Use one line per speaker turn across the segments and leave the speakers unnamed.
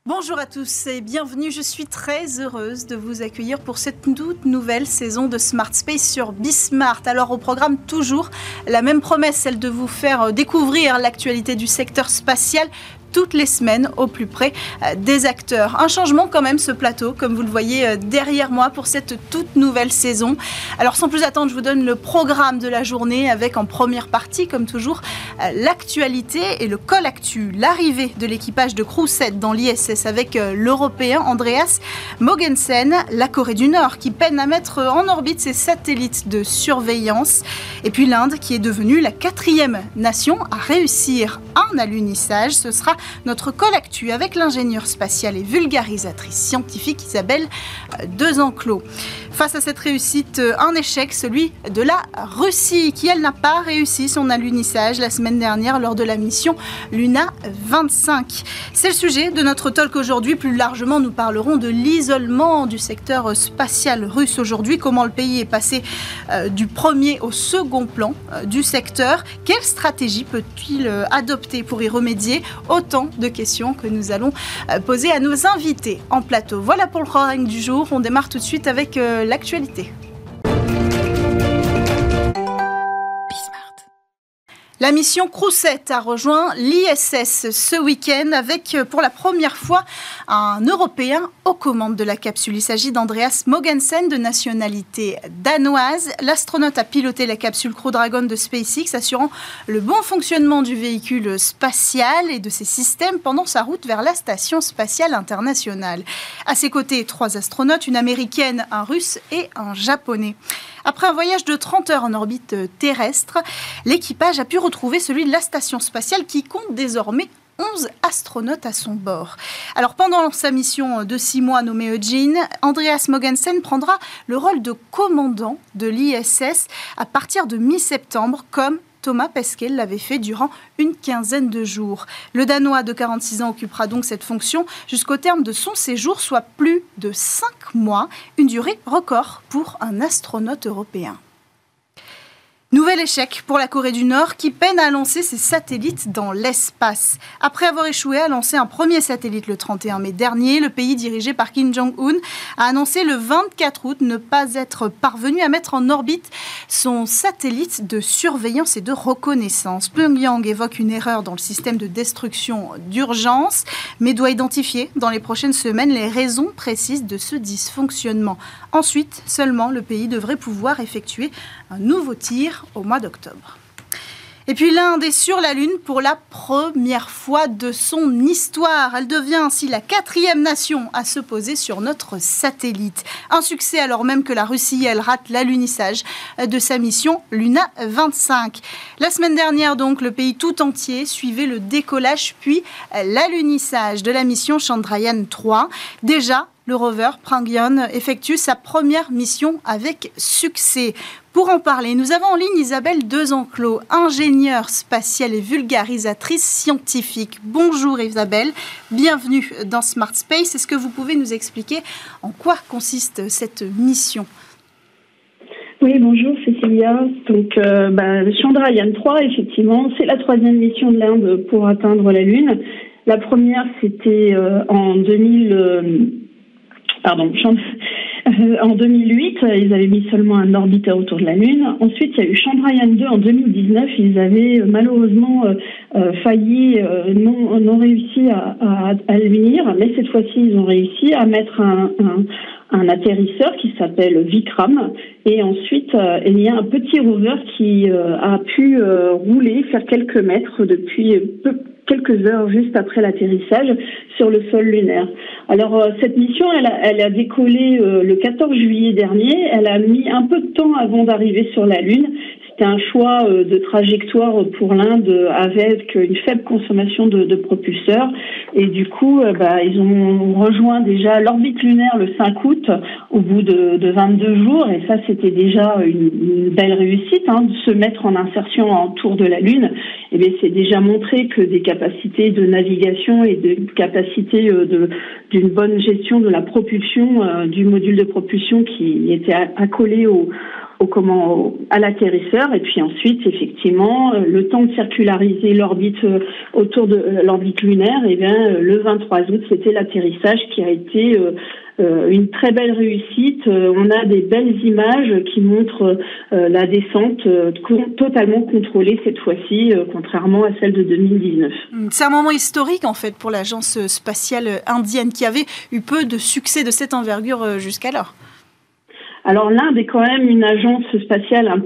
Bonjour à tous et bienvenue, je suis très heureuse de vous accueillir pour cette toute nouvelle saison de Smart Space sur Bismart. Alors au programme toujours la même promesse, celle de vous faire découvrir l'actualité du secteur spatial toutes les semaines au plus près des acteurs. Un changement quand même ce plateau, comme vous le voyez derrière moi pour cette toute nouvelle saison. Alors sans plus attendre, je vous donne le programme de la journée avec en première partie, comme toujours, l'actualité et le call actu. L'arrivée de l'équipage de Crew 7 dans l'ISS avec l'Européen Andreas Mogensen, la Corée du Nord qui peine à mettre en orbite ses satellites de surveillance. Et puis l'Inde qui est devenue la 4e nation à réussir un alunissage. Ce sera notre call actu avec l'ingénieure spatiale et vulgarisatrice scientifique Isabelle Desenclos. Face à cette réussite, un échec, celui de la Russie, qui elle n'a pas réussi son alunissage la semaine dernière lors de la mission Luna 25. C'est le sujet de notre talk aujourd'hui. Plus largement, nous parlerons de l'isolement du secteur spatial russe aujourd'hui. Comment le pays est passé du premier au second plan du secteur. Quelle stratégie peut-il adopter pour y remédier? Autant de questions que nous allons poser à nos invités en plateau. Voilà pour le programme du jour. On démarre tout de suite avec l'actualité. La mission Crew 7 a rejoint l'ISS ce week-end avec pour la première fois un Européen aux commandes de la capsule. Il s'agit d'Andreas Mogensen de nationalité danoise. L'astronaute a piloté la capsule Crew Dragon de SpaceX, assurant le bon fonctionnement du véhicule spatial et de ses systèmes pendant sa route vers la Station spatiale internationale. À ses côtés, 3 astronautes, une américaine, un russe et un japonais. Après un voyage de 30 heures en orbite terrestre, l'équipage a pu retrouver celui de la station spatiale qui compte désormais 11 astronautes à son bord. Alors pendant sa mission de 6 mois nommée Eugene, Andreas Mogensen prendra le rôle de commandant de l'ISS à partir de mi-septembre, comme Thomas Pesquet l'avait fait durant une quinzaine de jours. Le Danois de 46 ans occupera donc cette fonction jusqu'au terme de son séjour, soit plus de 5 mois, une durée record pour un astronaute européen. Nouvel échec pour la Corée du Nord qui peine à lancer ses satellites dans l'espace. Après avoir échoué à lancer un premier satellite le 31 mai dernier, le pays dirigé par Kim Jong-un a annoncé le 24 août ne pas être parvenu à mettre en orbite son satellite de surveillance et de reconnaissance. Pyongyang évoque une erreur dans le système de destruction d'urgence, mais doit identifier dans les prochaines semaines les raisons précises de ce dysfonctionnement. Ensuite, seulement le pays devrait pouvoir effectuer un nouveau tir au mois d'octobre. Et puis l'Inde est sur la Lune pour la première fois de son histoire. Elle devient ainsi la 4e nation à se poser sur notre satellite. Un succès alors même que la Russie, elle, rate l'alunissage de sa mission Luna 25. La semaine dernière donc, le pays tout entier suivait le décollage puis l'alunissage de la mission Chandrayaan 3. Déjà, le rover Pragyan effectue sa première mission avec succès. Pour en parler, nous avons en ligne Isabelle Desenclos, ingénieure spatiale et vulgarisatrice scientifique. Bonjour Isabelle, bienvenue dans Smart Space. Est-ce que vous pouvez nous expliquer en quoi consiste cette mission ?
Oui, bonjour Cécilia. Donc, Chandrayaan 3, effectivement, c'est la 3e mission de l'Inde pour atteindre la Lune. La première, c'était en 2008, ils avaient mis seulement un orbiteur autour de la Lune. Ensuite, il y a eu Chandrayaan 2 en 2019. Ils avaient malheureusement failli, non réussi à venir, mais cette fois-ci, ils ont réussi à mettre un atterrisseur qui s'appelle Vikram. Et ensuite, il y a un petit rover qui a pu rouler, faire quelques mètres depuis quelques heures juste après l'atterrissage sur le sol lunaire. Alors cette mission, elle a décollé le 14 juillet dernier. Elle a mis un peu de temps avant d'arriver sur la Lune. C'était un choix de trajectoire pour l'Inde avec une faible consommation de propulseurs. Et du coup, ils ont rejoint déjà l'orbite lunaire le 5 août au bout de 22 jours. Et ça, c'était déjà une belle réussite, de se mettre en insertion autour de la Lune. Et bien, c'est déjà montré que des capacités de navigation et de capacité d'une bonne gestion de la propulsion du module de propulsion qui était accolé à l'atterrisseur. Et puis ensuite, effectivement, le temps de circulariser l'orbite autour de l'orbite lunaire, et bien le 23 août, c'était l'atterrissage qui a été une très belle réussite. On a des belles images qui montrent la descente totalement contrôlée cette fois-ci, contrairement à celle de 2019.
C'est un moment historique en fait pour l'agence spatiale indienne qui avait eu peu de succès de cette envergure jusqu'alors.
Alors l'Inde est quand même une agence spatiale un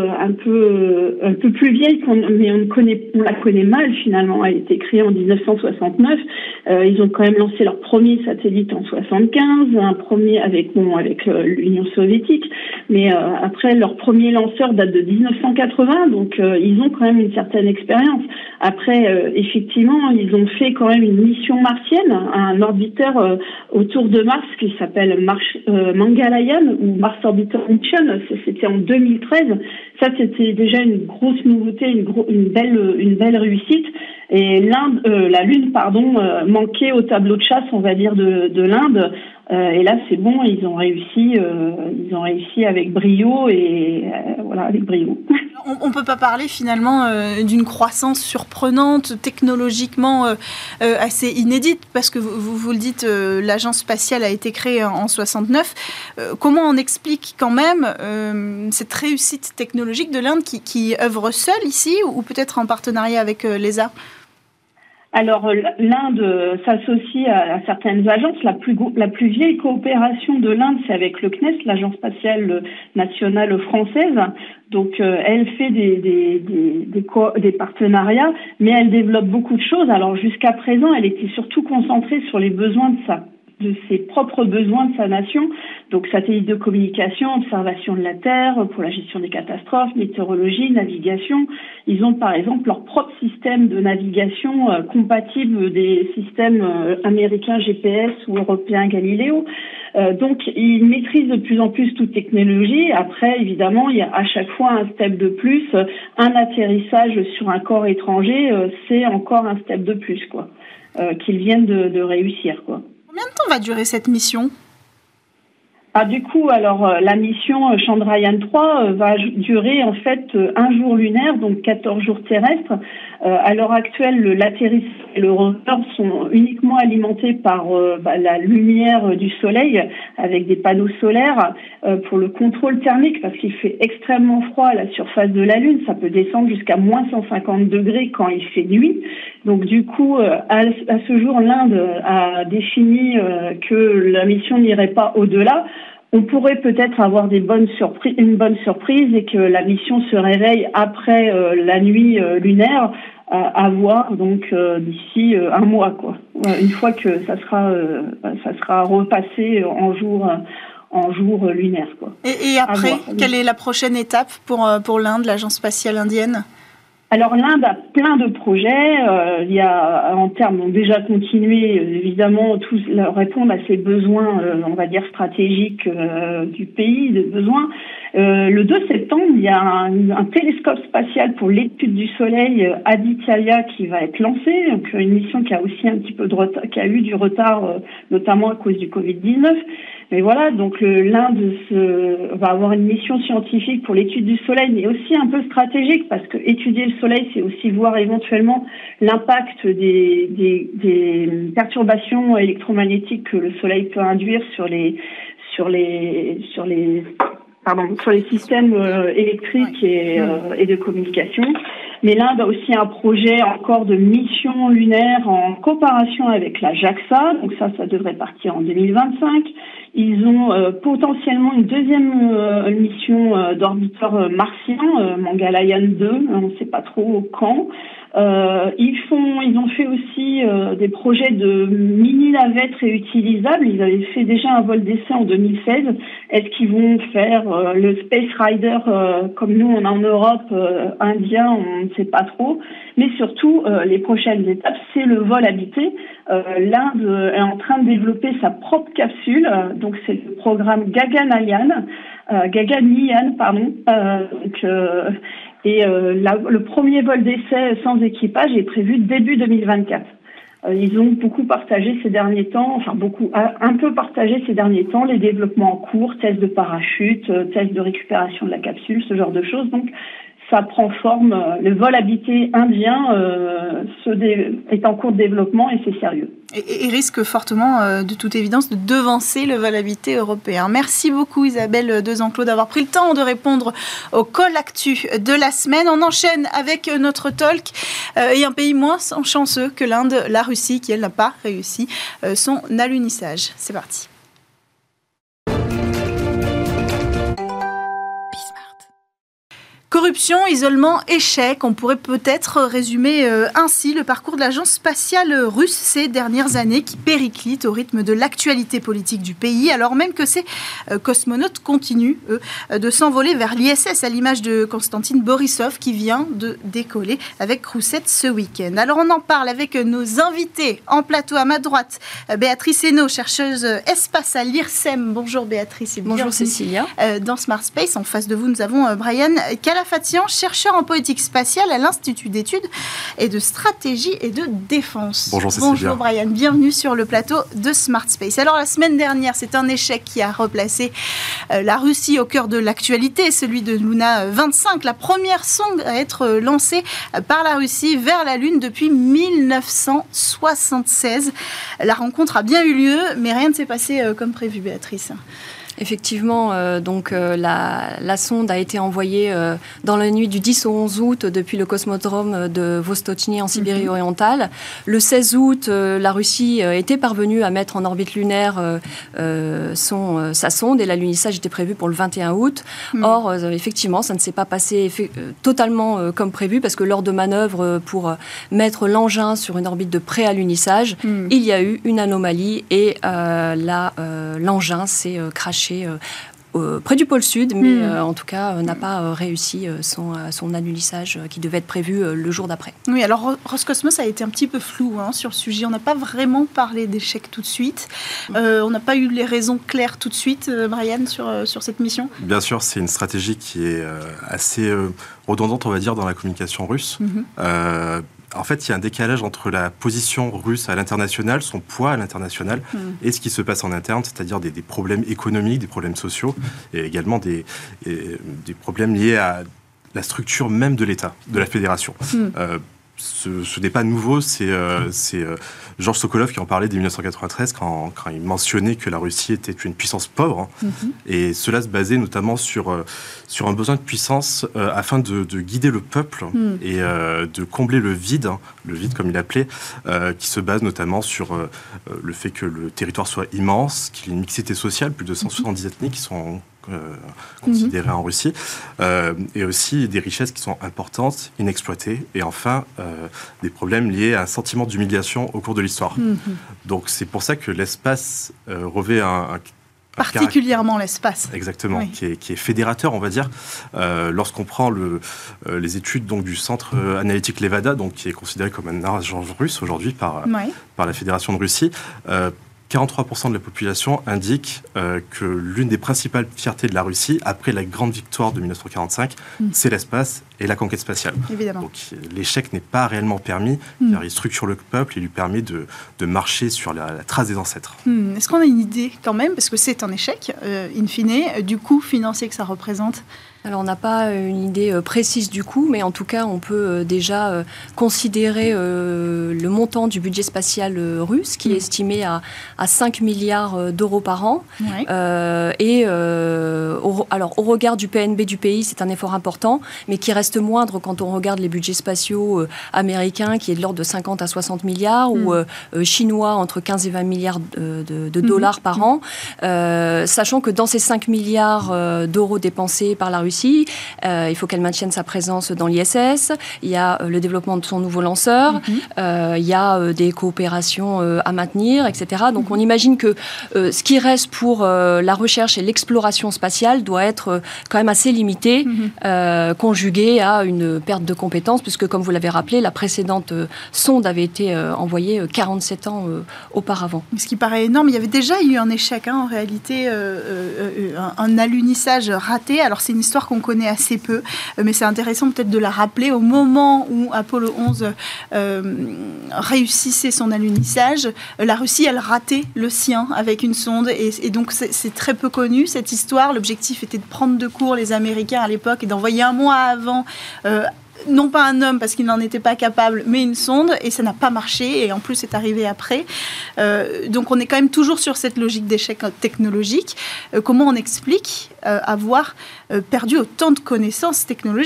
peu plus vieille, mais on la connaît mal finalement. Elle a été créée en 1969. Ils ont quand même lancé leur premier satellite en 75, un premier avec l'Union soviétique. Mais après leur premier lanceur date de 1980, donc ils ont quand même une certaine expérience. Après, effectivement, ils ont fait quand même une mission martienne, un orbiteur autour de Mars qui s'appelle Mangalyaan ou Mars Orbiter Mission. C'était en 2013. Ça, c'était déjà une grosse nouveauté, une belle réussite. Et la Lune, manquait au tableau de chasse, on va dire, de l'Inde. Et là, c'est bon, ils ont réussi avec brio avec brio.
On peut pas parler finalement d'une croissance surprenante, technologiquement assez inédite, parce que vous le dites, l'agence spatiale a été créée en 69. Comment on explique quand même cette réussite technologique de l'Inde qui œuvre seule ici, ou peut-être en partenariat avec l'ESA ?
Alors, l'Inde s'associe à certaines agences. La plus vieille coopération de l'Inde, c'est avec le CNES, l'Agence spatiale nationale française. Donc, elle fait des partenariats, mais elle développe beaucoup de choses. Alors, jusqu'à présent, elle était surtout concentrée sur les besoins de ses propres besoins de sa nation, donc satellites de communication, observation de la Terre, pour la gestion des catastrophes, météorologie, navigation. Ils ont par exemple leur propre système de navigation compatible des systèmes américains GPS ou européens Galileo. Donc ils maîtrisent de plus en plus toute technologie. Après, évidemment, il y a à chaque fois un step de plus. Un atterrissage sur un corps étranger, c'est encore un step de plus, quoi, qu'ils viennent de réussir, quoi.
Combien de temps va durer cette mission ?
Du coup, la mission Chandrayaan 3 va durer en fait un jour lunaire, donc 14 jours terrestres. À l'heure actuelle, l'atterrissage et le rover sont uniquement alimentés par la lumière du soleil avec des panneaux solaires pour le contrôle thermique, parce qu'il fait extrêmement froid à la surface de la Lune. Ça peut descendre jusqu'à moins 150 degrés quand il fait nuit. Donc du coup, à ce jour, l'Inde a défini que la mission n'irait pas au-delà. On pourrait peut-être avoir une bonne surprise et que la mission se réveille après la nuit lunaire, à voir donc d'ici un mois, quoi. Une fois que ça sera repassé en jour lunaire, quoi.
Et après, quelle est la prochaine étape pour l'Inde, l'agence spatiale indienne ?
Alors l'Inde a plein de projets. Il y a en termes, donc déjà continuer évidemment tous répondre à ses besoins, on va dire stratégiques du pays, de besoins. Le 2 septembre, il y a un télescope spatial pour l'étude du Soleil, Aditya, qui va être lancé. Donc une mission qui a aussi un petit peu de retard, qui a eu du retard, notamment à cause du Covid-19. Mais voilà, donc l'Inde va avoir une mission scientifique pour l'étude du Soleil, mais aussi un peu stratégique, parce que étudier le Soleil, c'est aussi voir éventuellement l'impact des perturbations électromagnétiques que le Soleil peut induire sur les systèmes électriques et de communication. Mais l'Inde a aussi un projet encore de mission lunaire en coopération avec la JAXA. Donc ça devrait partir en 2025. Ils ont potentiellement une deuxième mission d'orbiteur martien, Mangalyaan 2, on ne sait pas trop quand. Ils ont fait aussi des projets de mini-navettes réutilisables. Ils avaient fait déjà un vol d'essai en 2016. Est-ce qu'ils vont faire le Space Rider comme nous on a en Europe, indien, on ne sait pas trop. Mais surtout, les prochaines étapes, c'est le vol habité. L'Inde est en train de développer sa propre capsule. Donc c'est le programme Gaganyaan Gaganyaan, pardon. Le premier vol d'essai sans équipage est prévu début 2024. Ils ont beaucoup partagé ces derniers temps, un peu partagé ces derniers temps les développements en cours, tests de parachute, tests de récupération de la capsule, ce genre de choses. Donc, ça prend forme. Le vol habité indien est en cours de développement et c'est sérieux.
Et risque fortement, de toute évidence, de devancer le vol habité européen. Merci beaucoup Isabelle Desenclos d'avoir pris le temps de répondre au call actu de la semaine. On enchaîne avec notre talk et un pays moins chanceux que l'Inde, la Russie, qui elle n'a pas réussi son alunissage. C'est parti. Corruption, isolement, échec, on pourrait peut-être résumer ainsi le parcours de l'agence spatiale russe ces dernières années qui périclite au rythme de l'actualité politique du pays, alors même que ces cosmonautes continuent, eux, de s'envoler vers l'ISS, à l'image de Konstantin Borisov qui vient de décoller avec Crousset ce week-end. Alors on en parle avec nos invités en plateau à ma droite, Béatrice Hainaut, chercheuse espace à l'IRSEM. Bonjour Béatrice. Et
bonjour Cécilia.
Dans Smart Space, en face de vous, nous avons Brian Calafatian, chercheur en politique spatiale à l'Institut d'études et de stratégie et de défense.
Bonjour Cécilia.
Bonjour Brian, bienvenue sur le plateau de Smart Space. Alors la semaine dernière, c'est un échec qui a replacé la Russie au cœur de l'actualité, celui de Luna 25, la première sonde à être lancée par la Russie vers la Lune depuis 1976. La rencontre a bien eu lieu, mais rien ne s'est passé comme prévu, Béatrice.
Effectivement, la sonde a été envoyée dans la nuit du 10 au 11 août depuis le cosmodrome de Vostochny en Sibérie orientale. Le 16 août, la Russie était parvenue à mettre en orbite lunaire sa sonde et l'alunissage était prévu pour le 21 août. Or, effectivement, ça ne s'est pas passé totalement comme prévu parce que lors de manœuvres pour mettre l'engin sur une orbite de pré-alunissage, il y a eu une anomalie et l'engin s'est crashé près du pôle Sud, mais en tout cas n'a pas réussi son alunissage qui devait être prévu le jour d'après.
Oui, alors Roscosmos a été un petit peu flou sur le sujet. On n'a pas vraiment parlé d'échec tout de suite. On n'a pas eu les raisons claires tout de suite, Brian, sur cette mission.
Bien sûr, c'est une stratégie qui est assez redondante, on va dire, dans la communication russe. En fait, il y a un décalage entre la position russe à l'international, son poids à l'international, et ce qui se passe en interne, c'est-à-dire des problèmes économiques, des problèmes sociaux, et également des problèmes liés à la structure même de l'État, de la fédération. Ce n'est pas nouveau, c'est Georges Sokolov qui en parlait dès 1993 quand il mentionnait que la Russie était une puissance pauvre. Et cela se basait notamment sur un besoin de puissance afin de guider le peuple et de combler le vide comme il l'appelait, qui se base notamment sur le fait que le territoire soit immense, qu'il y ait une mixité sociale, plus de 170 ethnies qui sont considérées en Russie, et aussi des richesses qui sont importantes, inexploitées, et enfin des problèmes liés à un sentiment d'humiliation au cours de l'histoire. Donc c'est pour ça que l'espace revêt
particulièrement l'espace.
Exactement, oui. qui est fédérateur, on va dire. Lorsqu'on prend les études donc, du centre analytique Levada, donc, qui est considéré comme un agent russe aujourd'hui par la Fédération de Russie, 43% de la population indique que l'une des principales fiertés de la Russie, après la grande victoire de 1945, c'est l'espace et la conquête spatiale.
Évidemment.
Donc l'échec n'est pas réellement permis, car il structure le peuple et lui permet de marcher sur la trace des ancêtres.
Est-ce qu'on a une idée quand même, parce que c'est un échec, in fine, du coût financier que ça représente ?
Alors, on n'a pas une idée précise du coût, mais en tout cas, on peut déjà considérer le montant du budget spatial russe, qui est estimé à 5 milliards d'euros par an. Alors, au regard du PNB du pays, c'est un effort important, mais qui reste moindre quand on regarde les budgets spatiaux américains, qui est de l'ordre de 50 à 60 milliards, ou chinois, entre 15 et 20 milliards de dollars par an. Sachant que dans ces 5 milliards d'euros dépensés par la Russie, Russie. Il faut qu'elle maintienne sa présence dans l'ISS. Il y a le développement de son nouveau lanceur. Il y a des coopérations à maintenir, etc. Donc on imagine que ce qui reste pour la recherche et l'exploration spatiale doit être quand même assez limité, conjugué à une perte de compétences, puisque comme vous l'avez rappelé, la précédente sonde avait été envoyée 47 ans auparavant.
Ce qui paraît énorme, il y avait déjà eu un échec, en réalité, un alunissage raté. Alors c'est une histoire qu'on connaît assez peu, mais c'est intéressant peut-être de la rappeler. Au moment où Apollo 11 réussissait son alunissage, la Russie, elle ratait le sien avec une sonde, et donc c'est très peu connu cette histoire. L'objectif était de prendre de court les Américains à l'époque et d'envoyer un mois avant non pas un homme parce qu'il n'en était pas capable, mais une sonde, et ça n'a pas marché, et en plus c'est arrivé après. Donc on est quand même toujours sur cette logique d'échec technologique. Comment on explique avoir perdu autant de connaissances technologiques ?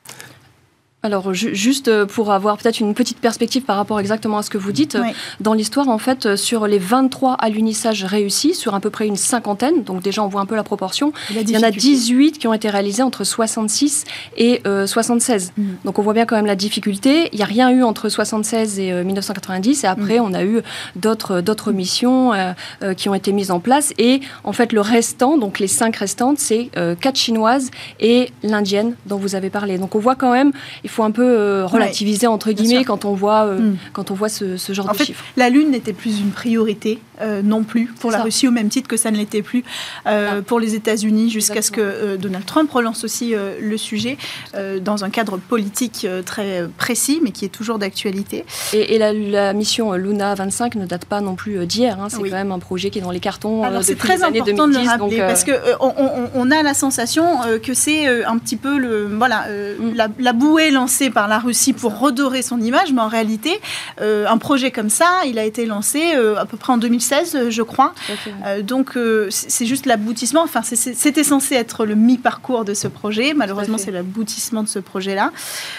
Alors, juste pour avoir peut-être une petite perspective par rapport exactement à ce que vous dites, dans l'histoire, en fait, sur les 23 alunissages réussis, sur à peu près une cinquantaine, donc déjà on voit un peu la proportion, il y en a 18 qui ont été réalisés entre 66 et 76. Donc on voit bien quand même la difficulté. Il n'y a rien eu entre 76 et 1990, et après on a eu d'autres missions qui ont été mises en place. Et en fait, le restant, donc les 5 restantes, c'est 4 chinoises et l'indienne dont vous avez parlé. Donc on voit quand même... Il faut un peu relativiser, entre guillemets, quand on voit ce genre de chiffres.
La Lune n'était plus une priorité non plus pour la Russie, au même titre que ça ne l'était plus pour les États-Unis, jusqu'à ce que Donald Trump relance aussi le sujet dans un cadre politique très précis, mais qui est toujours d'actualité.
Et la mission Luna 25 ne date pas non plus d'hier. C'est quand même un projet qui est dans les cartons depuis les années 2010. C'est très important de le rappeler, parce qu'on a la sensation que c'est un petit peu la bouée lancée par la Russie pour redorer son image, mais en réalité, un projet comme ça, il a été lancé à peu près en 2016, je crois. Donc, c'est juste l'aboutissement. Enfin, c'était censé être le mi-parcours de ce projet. Malheureusement, c'est l'aboutissement de ce projet-là.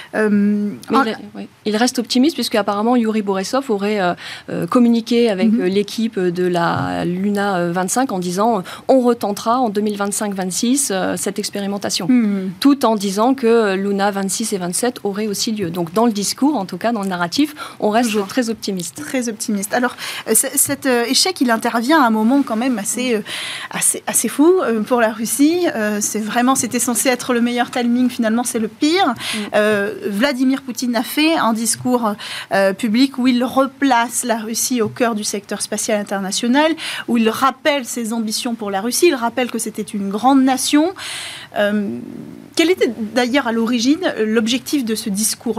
Il reste optimiste, puisque apparemment Yuri Borisov aurait communiqué avec l'équipe de la Luna 25 en disant on retentera en 2025-26 cette expérimentation, tout en disant que Luna 26 et 27 aurait aussi lieu. Donc dans le discours, en tout cas dans le narratif, on reste très optimiste.
Très optimiste. Alors cet échec, il intervient à un moment quand même assez fou pour la Russie. C'était censé être le meilleur timing, finalement c'est le pire. Vladimir Poutine a fait un discours public où il replace la Russie au cœur du secteur spatial international, où il rappelle ses ambitions pour la Russie, il rappelle que c'était une grande nation. Quel était d'ailleurs à l'origine l'objectif de ce discours-là ?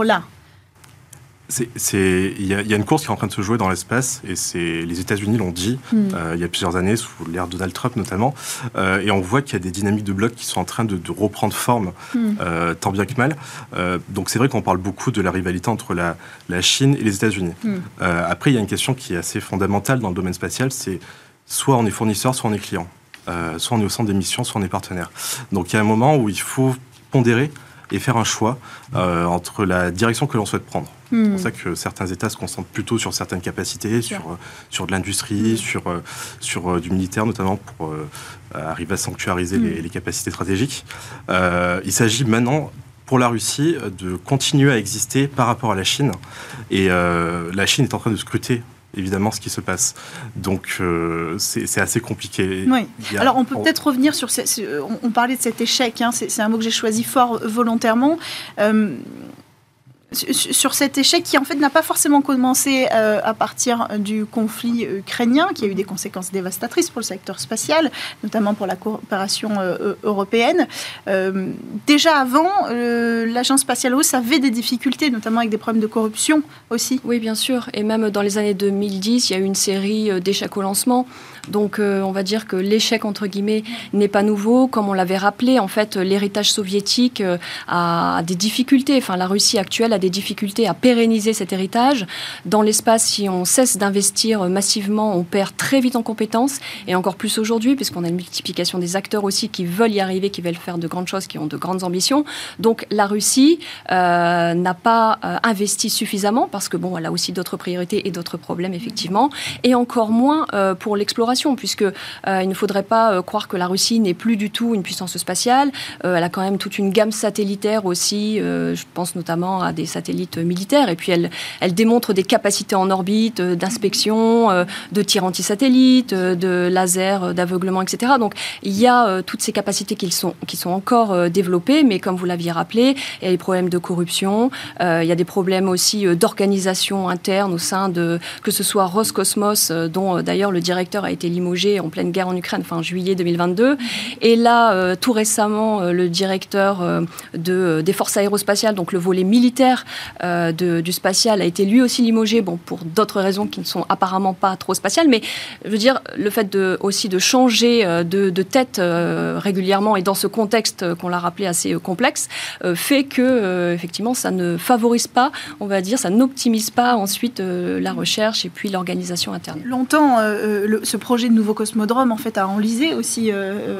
Il y a une course qui est en train de se jouer dans l'espace, et les États-Unis l'ont dit il y a plusieurs années, sous l'ère Donald Trump notamment, et on voit qu'il y a des dynamiques de blocs qui sont en train de reprendre forme, tant bien que mal. Donc c'est vrai qu'on parle beaucoup de la rivalité entre la Chine et les États-Unis. Après, il y a une question qui est assez fondamentale dans le domaine spatial, c'est soit on est fournisseur, soit on est client. Soit on est au centre des missions, soit on est partenaire. Donc il y a un moment où il faut pondérer et faire un choix entre la direction que l'on souhaite prendre. C'est pour ça que certains États se concentrent plutôt sur certaines capacités, sur de l'industrie, sur du militaire notamment, pour arriver à sanctuariser les capacités stratégiques. Il s'agit maintenant, pour la Russie, de continuer à exister par rapport à la Chine. Et la Chine est en train de scruter évidemment ce qui se passe. Donc c'est assez compliqué.
Oui. Alors on peut peut-être revenir sur... On parlait de cet échec, c'est un mot que j'ai choisi fort volontairement. Sur cet échec qui en fait n'a pas forcément commencé à partir du conflit ukrainien, qui a eu des conséquences dévastatrices pour le secteur spatial, notamment pour la coopération européenne. Déjà avant, l'agence spatiale russe avait des difficultés, notamment avec des problèmes de corruption aussi.
Oui, bien sûr. Et même dans les années 2010, il y a eu une série d'échecs au lancement. Donc on va dire que l'échec, entre guillemets, n'est pas nouveau. Comme on l'avait rappelé, en fait, l'héritage soviétique a des difficultés. Enfin, la Russie actuelle a des difficultés à pérenniser cet héritage. Dans l'espace, si on cesse d'investir massivement, on perd très vite en compétences, et encore plus aujourd'hui, puisqu'on a une multiplication des acteurs aussi qui veulent y arriver, qui veulent faire de grandes choses, qui ont de grandes ambitions. Donc la Russie n'a pas investi suffisamment, parce que bon, elle a aussi d'autres priorités et d'autres problèmes, effectivement, et encore moins pour l'exploration, puisque il ne faudrait pas croire que la Russie n'est plus du tout une puissance spatiale. Elle a quand même toute une gamme satellitaire aussi, je pense notamment à des satellites militaires, et puis elle démontre des capacités en orbite, d'inspection, de tir anti-satellite, de laser, d'aveuglement, etc. Donc il y a toutes ces capacités qui sont encore développées, mais comme vous l'aviez rappelé, il y a des problèmes de corruption, il y a des problèmes aussi d'organisation interne au sein de, que ce soit Roscosmos, dont d'ailleurs le directeur a été limogé en pleine guerre en Ukraine, fin juillet 2022, et là, tout récemment, le directeur des forces aérospatiales, donc le volet militaire du spatial, a été lui aussi limogé, bon, pour d'autres raisons qui ne sont apparemment pas trop spatiales, mais je veux dire, le fait aussi de changer de tête régulièrement, et dans ce contexte qu'on l'a rappelé assez complexe, fait que, effectivement, ça ne favorise pas, on va dire, ça n'optimise pas ensuite la recherche et puis l'organisation interne.
Longtemps, ce projet de nouveau cosmodrome, en fait, a enlisé aussi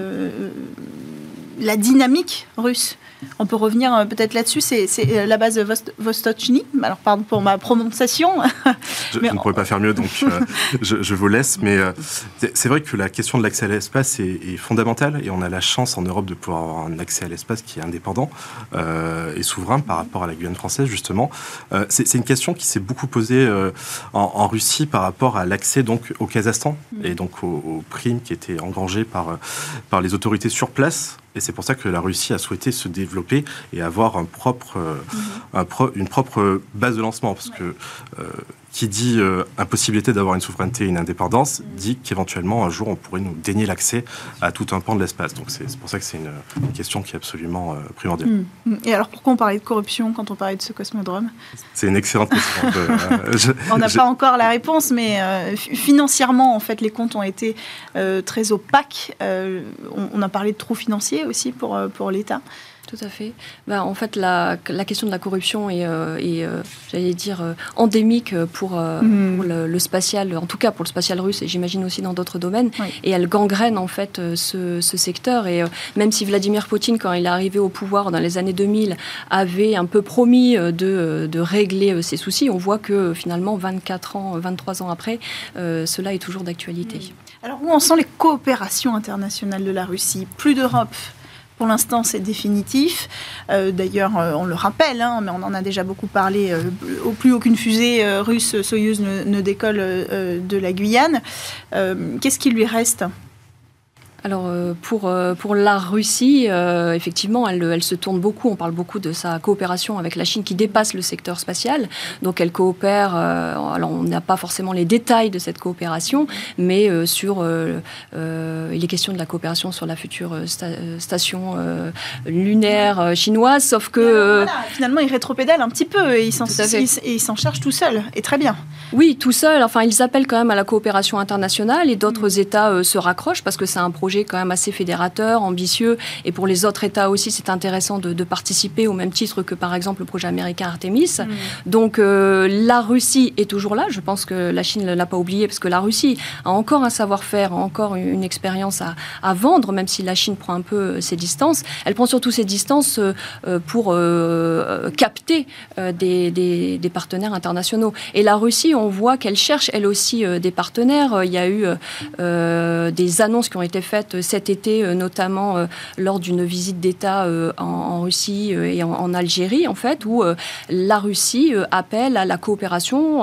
la dynamique russe. On peut revenir peut-être là-dessus, c'est la base Vostochny. Alors, pardon pour ma prononciation.
Je ne pourrais pas faire mieux, donc je vous laisse. Mais c'est vrai que la question de l'accès à l'espace est fondamentale, et on a la chance en Europe de pouvoir avoir un accès à l'espace qui est indépendant et souverain par rapport à la Guyane française, justement. C'est une question qui s'est beaucoup posée en Russie par rapport à l'accès donc, au Kazakhstan et donc aux primes qui étaient engrangées par les autorités sur place. Et c'est pour ça que la Russie a souhaité se développer et avoir une propre base de lancement. Parce que qui dit impossibilité d'avoir une souveraineté et une indépendance, dit qu'éventuellement, un jour, on pourrait nous dénier l'accès à tout un pan de l'espace. Donc c'est pour ça que c'est une question qui est absolument primordiale.
Et alors, pourquoi on parlait de corruption quand on parlait de ce cosmodrome ?
C'est une excellente question.
On n'a pas encore la réponse, mais financièrement, en fait, les comptes ont été très opaques. On a parlé de trous financiers aussi pour l'État.
Tout à fait. En fait, la question de la corruption est j'allais dire, endémique pour le spatial, en tout cas pour le spatial russe, et j'imagine aussi dans d'autres domaines. Oui. Et elle gangrène, en fait, ce secteur. Et même si Vladimir Poutine, quand il est arrivé au pouvoir dans les années 2000, avait un peu promis de régler ces soucis, on voit que finalement, 23 ans après, cela est toujours d'actualité.
Alors, où en sont les coopérations internationales de la Russie ? Plus d'Europe. Pour l'instant, c'est définitif. D'ailleurs, on le rappelle, mais on en a déjà beaucoup parlé. Plus aucune fusée russe Soyouz ne décolle de la Guyane. Qu'est-ce qui lui reste ?
Alors, pour la Russie, effectivement, elle se tourne beaucoup. On parle beaucoup de sa coopération avec la Chine qui dépasse le secteur spatial. Donc, elle coopère. Alors, on n'a pas forcément les détails de cette coopération, mais il est question de la coopération sur la future station lunaire chinoise. Sauf que
finalement, il rétropédale un petit peu et il s'en charge tout seul. Et très bien.
Oui, tout seul. Enfin, ils appellent quand même à la coopération internationale, et d'autres États se raccrochent parce que c'est un projet quand même assez fédérateur, ambitieux, et pour les autres États aussi, c'est intéressant de participer au même titre que par exemple le projet américain Artemis. Donc la Russie est toujours là. Je pense que la Chine ne l'a pas oublié, parce que la Russie a encore un savoir-faire, a encore une expérience à vendre, même si la Chine prend un peu ses distances. Elle prend surtout ses distances pour capter des partenaires internationaux. Et la Russie, on voit qu'elle cherche elle aussi des partenaires. Il y a eu des annonces qui ont été faites cet été, notamment lors d'une visite d'État en Russie et en Algérie, en fait, où la Russie appelle à la coopération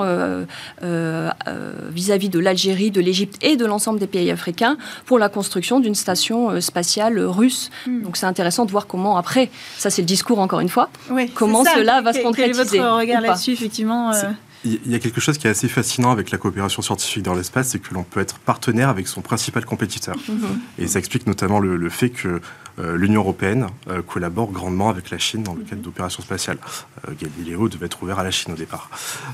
vis-à-vis de l'Algérie, de l'Égypte et de l'ensemble des pays africains pour la construction d'une station spatiale russe. Donc c'est intéressant de voir comment après, ça c'est le discours encore une fois, comment cela va se concrétiser.
Quel est votre regard là-dessus, effectivement
Il y a quelque chose qui est assez fascinant avec la coopération scientifique dans l'espace, c'est que l'on peut être partenaire avec son principal compétiteur. Et ça explique notamment le fait que l'Union européenne collabore grandement avec la Chine dans le cadre d'opérations spatiales. Galileo devait être ouvert à la Chine au départ.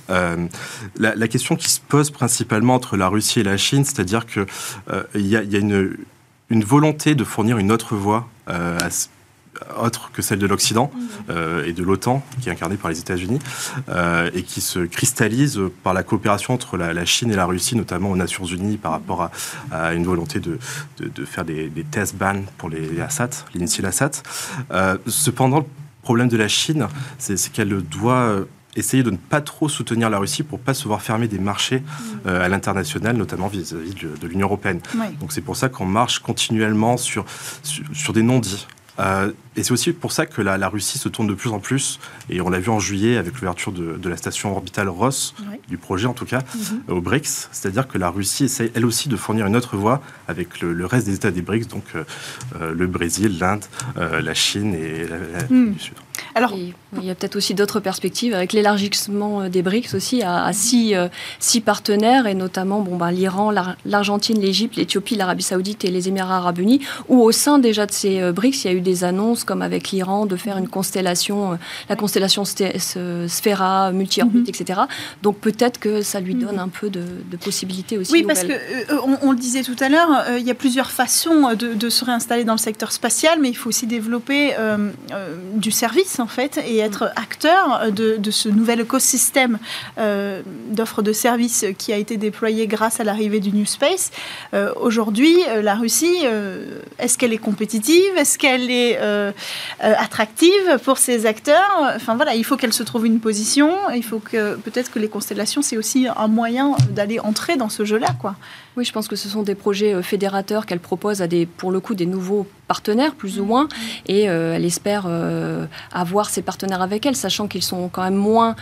La question qui se pose principalement entre la Russie et la Chine, c'est-à-dire qu'il y a une volonté de fournir une autre voie autre que celle de l'Occident et de l'OTAN, qui est incarnée par les États-Unis, et qui se cristallise par la coopération entre la Chine et la Russie, notamment aux Nations Unies, par rapport à une volonté de faire des test bans pour les Assad, les missiles Assad. Cependant, le problème de la Chine, c'est qu'elle doit essayer de ne pas trop soutenir la Russie pour ne pas se voir fermer des marchés à l'international, notamment vis-à-vis de l'Union européenne. Oui. Donc c'est pour ça qu'on marche continuellement sur des non-dits. Et c'est aussi pour ça que la Russie se tourne de plus en plus, et on l'a vu en juillet avec l'ouverture de la station orbitale Ross, du projet en tout cas, aux BRICS, c'est-à-dire que la Russie essaie elle aussi de fournir une autre voie avec le reste des États des BRICS, donc le Brésil, l'Inde, la Chine et l'Afrique du Sud.
Alors, il y a peut-être aussi d'autres perspectives avec l'élargissement des BRICS aussi à 6 partenaires, et notamment l'Iran, l'Argentine, l'Égypte, l'Éthiopie, l'Arabie Saoudite et les Émirats Arabes Unis, où au sein déjà de ces BRICS, il y a eu des annonces comme avec l'Iran de faire une constellation, la constellation Sphera, multi-orbite, etc. Donc peut-être que ça lui donne un peu de possibilités aussi.
Oui, nouvelles. Parce qu'on le disait tout à l'heure, il y a plusieurs façons de se réinstaller dans le secteur spatial, mais il faut aussi développer du service en fait, et être acteur de ce nouvel écosystème d'offres de services qui a été déployé grâce à l'arrivée du New Space. Aujourd'hui, la Russie, est-ce qu'elle est compétitive? Est-ce qu'elle est attractive pour ses acteurs? Enfin voilà, il faut qu'elle se trouve une position. Il faut que peut-être que les constellations, c'est aussi un moyen d'aller entrer dans ce jeu-là, quoi.
Oui, je pense que ce sont des projets fédérateurs qu'elle propose à pour le coup, des nouveaux partenaires, plus ou moins, et elle espère avoir ces partenaires avec elle, sachant qu'ils sont quand même moins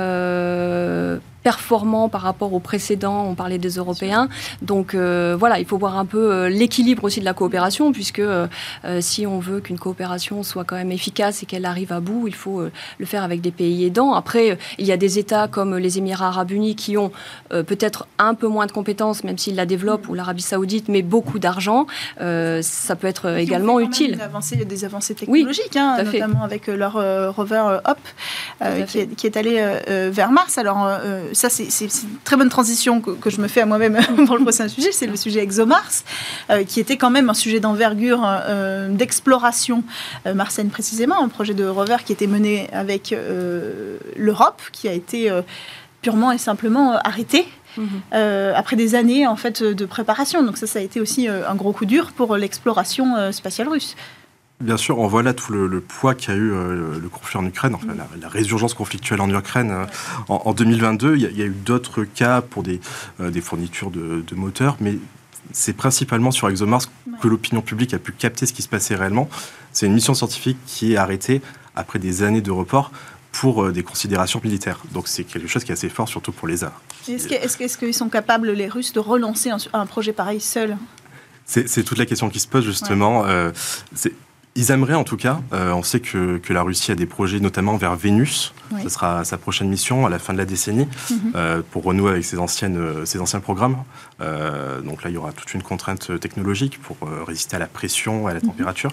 performants par rapport aux précédents, on parlait des Européens. Donc voilà, il faut voir un peu l'équilibre aussi de la coopération, puisque si on veut qu'une coopération soit quand même efficace et qu'elle arrive à bout, il faut le faire avec des pays aidants. Après, il y a des États comme les Émirats Arabes Unis qui ont peut-être un peu moins de compétences, même s'ils la développent, ou l'Arabie Saoudite, mais beaucoup d'argent. Ça peut être également utile.
Il y a des avancées technologiques, notamment avec leur rover Hop, qui est allé vers Mars. Alors, ça, c'est une très bonne transition que je me fais à moi-même pour le prochain sujet. C'est le sujet ExoMars, qui était quand même un sujet d'envergure d'exploration martienne précisément, un projet de rover qui était mené avec l'Europe, qui a été purement et simplement arrêté. Après des années en fait de préparation. Donc ça a été aussi un gros coup dur pour l'exploration spatiale russe.
Bien sûr, on voit là tout le poids qu'a eu le conflit en Ukraine, enfin, la résurgence conflictuelle en Ukraine. En 2022, il y a eu d'autres cas pour des fournitures de moteurs, mais c'est principalement sur ExoMars que l'opinion publique a pu capter ce qui se passait réellement. C'est une mission scientifique qui est arrêtée après des années de report pour des considérations militaires. Donc c'est quelque chose qui est assez fort, surtout pour l'ESA.
Est-ce qu'ils sont capables, les Russes, de relancer un projet pareil seuls ?
C'est toute la question qui se pose, justement. Ils aimeraient, en tout cas. On sait que la Russie a des projets, notamment vers Vénus. Ce sera sa prochaine mission à la fin de la décennie, pour renouer avec ses anciens programmes. Donc là, il y aura toute une contrainte technologique pour résister à la pression, à la température.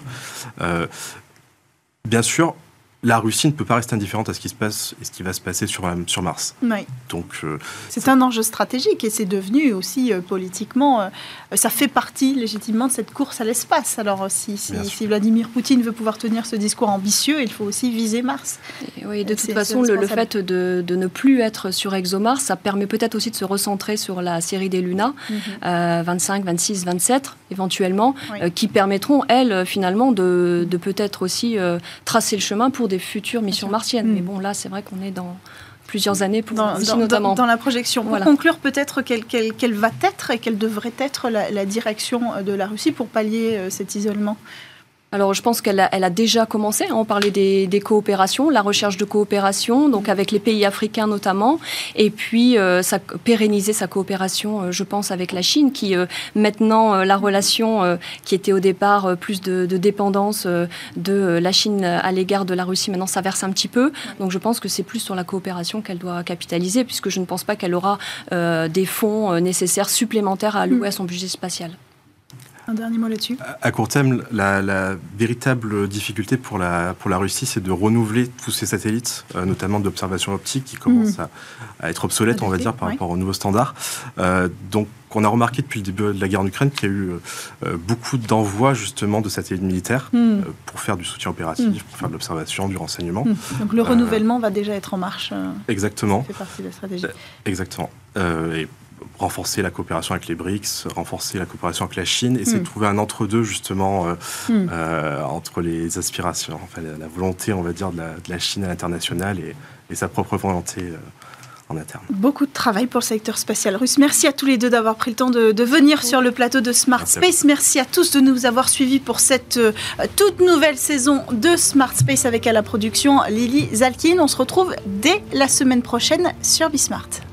Bien sûr, la Russie ne peut pas rester indifférente à ce qui se passe et ce qui va se passer sur Mars.
Oui.
Donc,
c'est un enjeu stratégique et c'est devenu aussi politiquement, ça fait partie légitimement de cette course à l'espace. Alors si Vladimir Poutine veut pouvoir tenir ce discours ambitieux, il faut aussi viser Mars.
Et oui, de toute façon, le fait de ne plus être sur ExoMars, ça permet peut-être aussi de se recentrer sur la série des Luna, 25, 26, 27 éventuellement, qui permettront, elles, finalement, de peut-être aussi tracer le chemin pour des futures missions martiennes. Mais bon, là, c'est vrai qu'on est dans plusieurs années pour notamment
dans la projection. Pour conclure, peut-être quelle va être et quelle devrait être la direction de la Russie pour pallier cet isolement ?
Alors, je pense qu'elle a déjà commencé. On parlait des coopérations, la recherche de coopération, donc avec les pays africains notamment, et puis pérenniser sa coopération, je pense, avec la Chine, qui maintenant, la relation qui était au départ plus de dépendance de la Chine à l'égard de la Russie, maintenant s'inverse un petit peu. Donc, je pense que c'est plus sur la coopération qu'elle doit capitaliser, puisque je ne pense pas qu'elle aura des fonds nécessaires supplémentaires à allouer à son budget spatial.
Un dernier mot là-dessus.
À court terme, la véritable difficulté pour la Russie, c'est de renouveler tous ces satellites, notamment d'observation optique, qui commencent à être obsolètes, on va dire, par rapport aux nouveaux standards. Donc, on a remarqué depuis le début de la guerre en Ukraine qu'il y a eu beaucoup d'envois justement de satellites militaires pour faire du soutien opératif, pour faire de l'observation, du renseignement.
Donc le renouvellement va déjà être en marche.
Exactement.
Ça fait partie de la stratégie.
Exactement. Et renforcer la coopération avec les BRICS, renforcer la coopération avec la Chine, essayer de trouver un entre-deux justement entre les aspirations, enfin la volonté, on va dire, de la Chine à l'international et sa propre volonté en interne.
Beaucoup de travail pour le secteur spatial russe. Merci à tous les deux d'avoir pris le temps de venir sur le plateau de Smart Space. Merci à tous de nous avoir suivis pour cette toute nouvelle saison de Smart Space avec à la production Lily Zalkin. On se retrouve dès la semaine prochaine sur Bismart.